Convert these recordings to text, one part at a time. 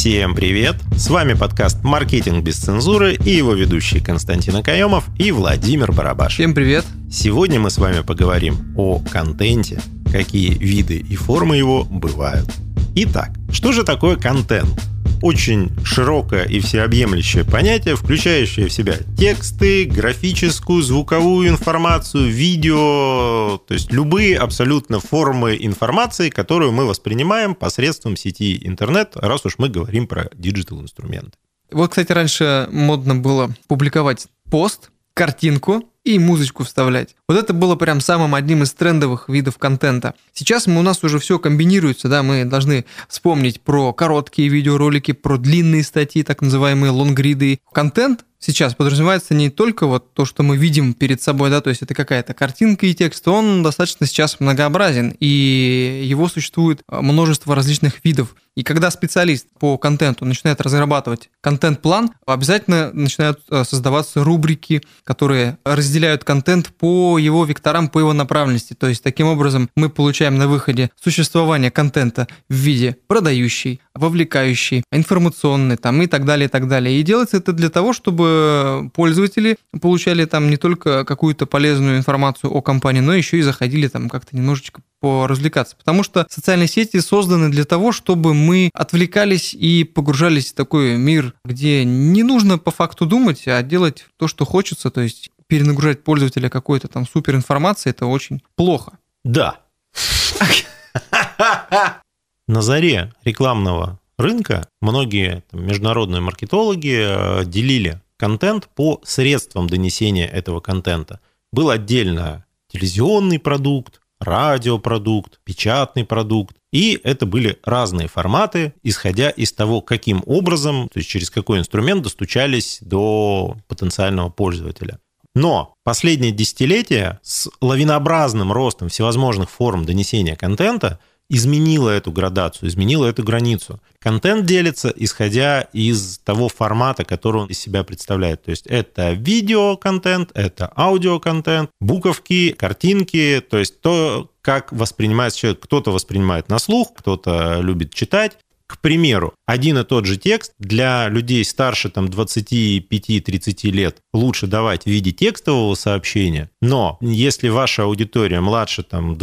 Всем привет! С вами подкаст «Маркетинг без цензуры» и его ведущие Константин Акаемов и Владимир Барабаш. Всем привет! Сегодня мы с вами поговорим о контенте, какие виды и формы его бывают. Итак, что же такое контент? Очень широкое и всеобъемлющее понятие, включающее в себя тексты, графическую, звуковую информацию, видео, то есть любые абсолютно формы информации, которую мы воспринимаем посредством сети интернет, раз уж мы говорим про диджитал-инструменты. Вот, кстати, раньше модно было публиковать пост, картинку и музычку вставлять. Вот это было прям самым одним из трендовых видов контента. Сейчас у нас уже все комбинируется, да, мы должны вспомнить про короткие видеоролики, про длинные статьи, так называемые лонгриды. Контент сейчас подразумевается не только вот то, что мы видим перед собой, да, то есть это какая-то картинка и текст, он достаточно сейчас многообразен, и его существует множество различных видов. И когда специалист по контенту начинает разрабатывать контент-план, обязательно начинают создаваться рубрики, которые разделяют контент по его векторам, по его направленности. То есть таким образом мы получаем на выходе существование контента в виде продающий, вовлекающий, информационный там, и так далее, и так далее. И делается это для того, чтобы пользователи получали там не только какую-то полезную информацию о компании, но еще и заходили там как-то немножечко поразвлекаться. Потому что социальные сети созданы для того, чтобы мы отвлекались и погружались в такой мир, где не нужно по факту думать, а делать то, что хочется, то есть перенагружать пользователя какой-то там суперинформацией, это очень плохо. Да. На заре рекламного рынка многие международные маркетологи делили контент по средствам донесения этого контента. Был отдельно телевизионный продукт, радиопродукт, печатный продукт. И это были разные форматы, исходя из того, каким образом, то есть через какой инструмент достучались до потенциального пользователя. Но последнее десятилетие с лавинообразным ростом всевозможных форм донесения контента изменило эту градацию, изменило эту границу. Контент делится, исходя из того формата, который он из себя представляет. То есть это видеоконтент, это аудиоконтент, буковки, картинки, то есть то, как воспринимается человек. Кто-то воспринимает на слух, кто-то любит читать. К примеру, один и тот же текст для людей старше 25-30 лет лучше давать в виде текстового сообщения, но если ваша аудитория младше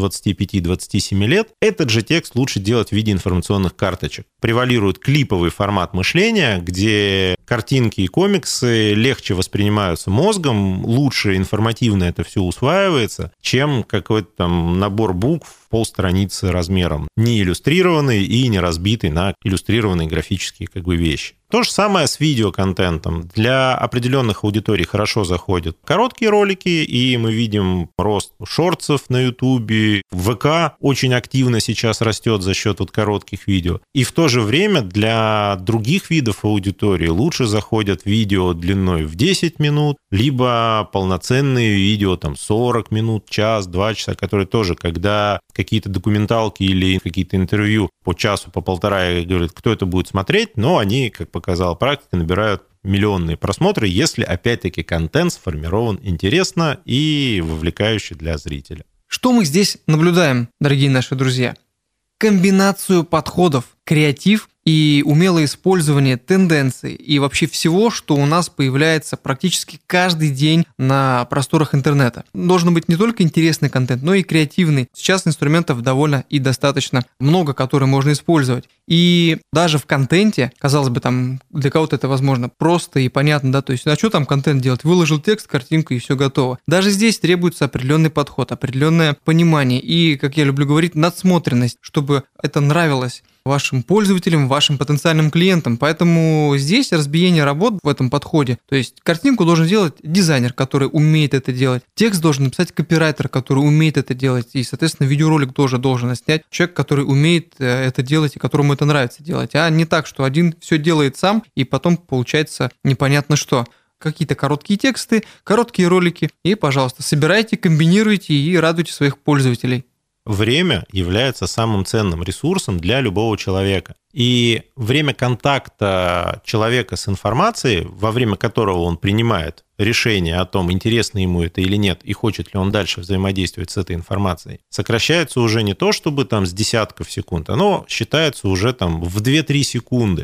25-27 лет, этот же текст лучше делать в виде информационных карточек. Превалирует клиповый формат мышления, где картинки и комиксы легче воспринимаются мозгом, лучше информативно это все усваивается, чем какой-то набор букв полстраницы размером, не иллюстрированный и не разбитый на иллюстрированные графические вещи. То же самое с видеоконтентом. Для определенных аудиторий хорошо заходят короткие ролики, и мы видим рост шортсов на Ютубе. ВК очень активно сейчас растет за счет коротких видео. И в то же время для других видов аудитории лучше заходят видео длиной в 10 минут, либо полноценные видео 40 минут, час, 2 часа, которые тоже, когда какие-то документалки или какие-то интервью по часу, по полтора, говорят, кто это будет смотреть, но они, как показала практика, набирают миллионные просмотры, если, опять-таки, контент сформирован интересно и вовлекающе для зрителя. Что мы здесь наблюдаем, дорогие наши друзья? Комбинацию подходов, креатив и умелое использование тенденций и вообще всего, что у нас появляется практически каждый день на просторах интернета. Должен быть не только интересный контент, но и креативный. Сейчас инструментов довольно и достаточно много, которые можно использовать. И даже в контенте, казалось бы, для кого-то это возможно просто и понятно, да, то есть, а что там контент делать? Выложил текст, картинку и все готово. Даже здесь требуется определенный подход, определенное понимание и, как я люблю говорить, надсмотренность, чтобы это нравилось вашим пользователям, вашим потенциальным клиентам. Поэтому здесь разбиение работ в этом подходе. То есть картинку должен делать дизайнер, который умеет это делать. Текст должен написать копирайтер, который умеет это делать. И, соответственно, видеоролик тоже должен снять человек, который умеет это делать и которому это нравится делать. А не так, что один все делает сам, и потом получается непонятно что. Какие-то короткие тексты, короткие ролики. И, пожалуйста, собирайте, комбинируйте и радуйте своих пользователей. Время является самым ценным ресурсом для любого человека. И время контакта человека с информацией, во время которого он принимает решение о том, интересно ему это или нет, и хочет ли он дальше взаимодействовать с этой информацией, сокращается уже не то, чтобы с десятков секунд, оно считается уже в 2-3 секунды.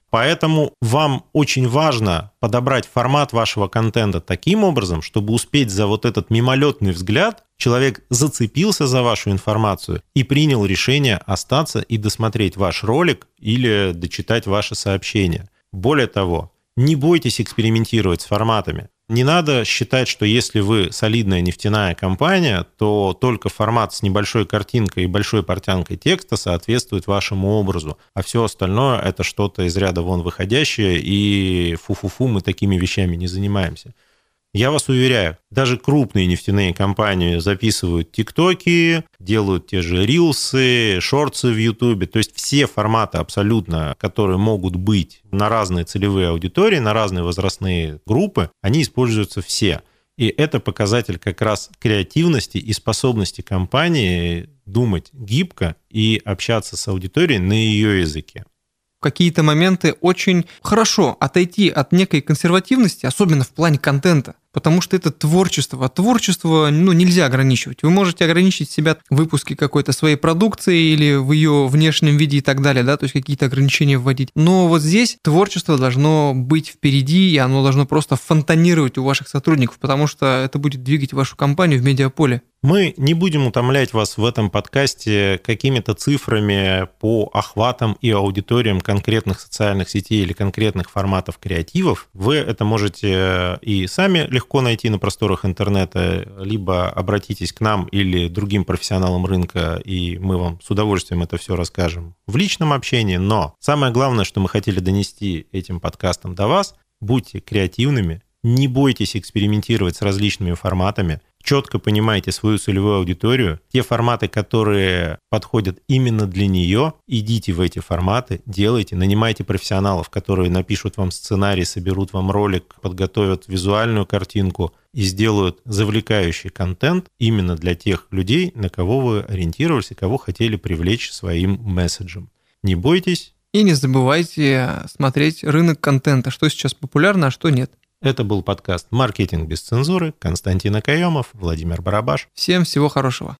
Поэтому вам очень важно подобрать формат вашего контента таким образом, чтобы успеть за вот этот мимолетный взгляд человек зацепился за вашу информацию и принял решение остаться и досмотреть ваш ролик или дочитать ваше сообщение. Более того, не бойтесь экспериментировать с форматами. Не надо считать, что если вы солидная нефтяная компания, то только формат с небольшой картинкой и большой портянкой текста соответствует вашему образу, а все остальное – это что-то из ряда вон выходящее, и фу-фу-фу, мы такими вещами не занимаемся. Я вас уверяю, даже крупные нефтяные компании записывают тиктоки, делают те же рилсы, шортсы в ютубе, то есть все форматы абсолютно, которые могут быть на разные целевые аудитории, на разные возрастные группы, они используются все. И это показатель как раз креативности и способности компании думать гибко и общаться с аудиторией на ее языке. В какие-то моменты очень хорошо отойти от некой консервативности, особенно в плане контента, потому что это творчество. А творчество нельзя ограничивать. Вы можете ограничить себя в выпуске какой-то своей продукции или в ее внешнем виде и так далее, да, то есть какие-то ограничения вводить. Но вот здесь творчество должно быть впереди, и оно должно просто фонтанировать у ваших сотрудников, потому что это будет двигать вашу компанию в медиаполе. Мы не будем утомлять вас в этом подкасте какими-то цифрами по охватам и аудиториям конкретных социальных сетей или конкретных форматов креативов. Вы это можете и сами легко найти на просторах интернета, либо обратитесь к нам или другим профессионалам рынка, и мы вам с удовольствием это все расскажем в личном общении. Но самое главное, что мы хотели донести этим подкастом до вас, будьте креативными, не бойтесь экспериментировать с различными форматами, четко понимайте свою целевую аудиторию, те форматы, которые подходят именно для нее, идите в эти форматы, делайте, нанимайте профессионалов, которые напишут вам сценарий, соберут вам ролик, подготовят визуальную картинку и сделают завлекающий контент именно для тех людей, на кого вы ориентировались и кого хотели привлечь своим месседжем. Не бойтесь. И не забывайте смотреть рынок контента, что сейчас популярно, а что нет. Это был подкаст «Маркетинг без цензуры». Константин Окаемов, Владимир Барабаш. Всем всего хорошего.